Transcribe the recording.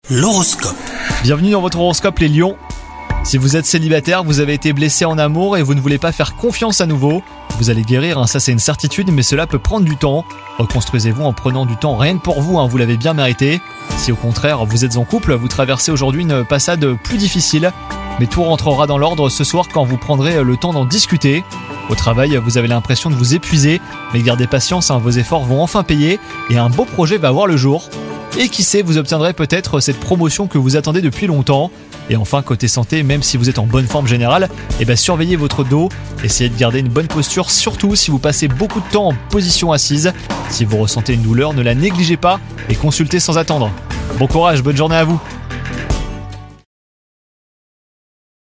L'horoscope. Bienvenue dans votre horoscope les lions. Si vous êtes célibataire, vous avez été blessé en amour et vous ne voulez pas faire confiance à nouveau, vous allez guérir, ça c'est une certitude, mais cela peut prendre du temps. Reconstruisez-vous en prenant du temps rien que pour vous, vous l'avez bien mérité. Si au contraire vous êtes en couple, vous traversez aujourd'hui une passade plus difficile, mais tout rentrera dans l'ordre ce soir quand vous prendrez le temps d'en discuter. Au travail, vous avez l'impression de vous épuiser, mais gardez patience, vos efforts vont enfin payer et un beau projet va voir le jour. Et qui sait, vous obtiendrez peut-être cette promotion que vous attendez depuis longtemps. Et enfin, côté santé, même si vous êtes en bonne forme générale, surveillez votre dos, essayez de garder une bonne posture, surtout si vous passez beaucoup de temps en position assise. Si vous ressentez une douleur, ne la négligez pas et consultez sans attendre. Bon courage, bonne journée à vous.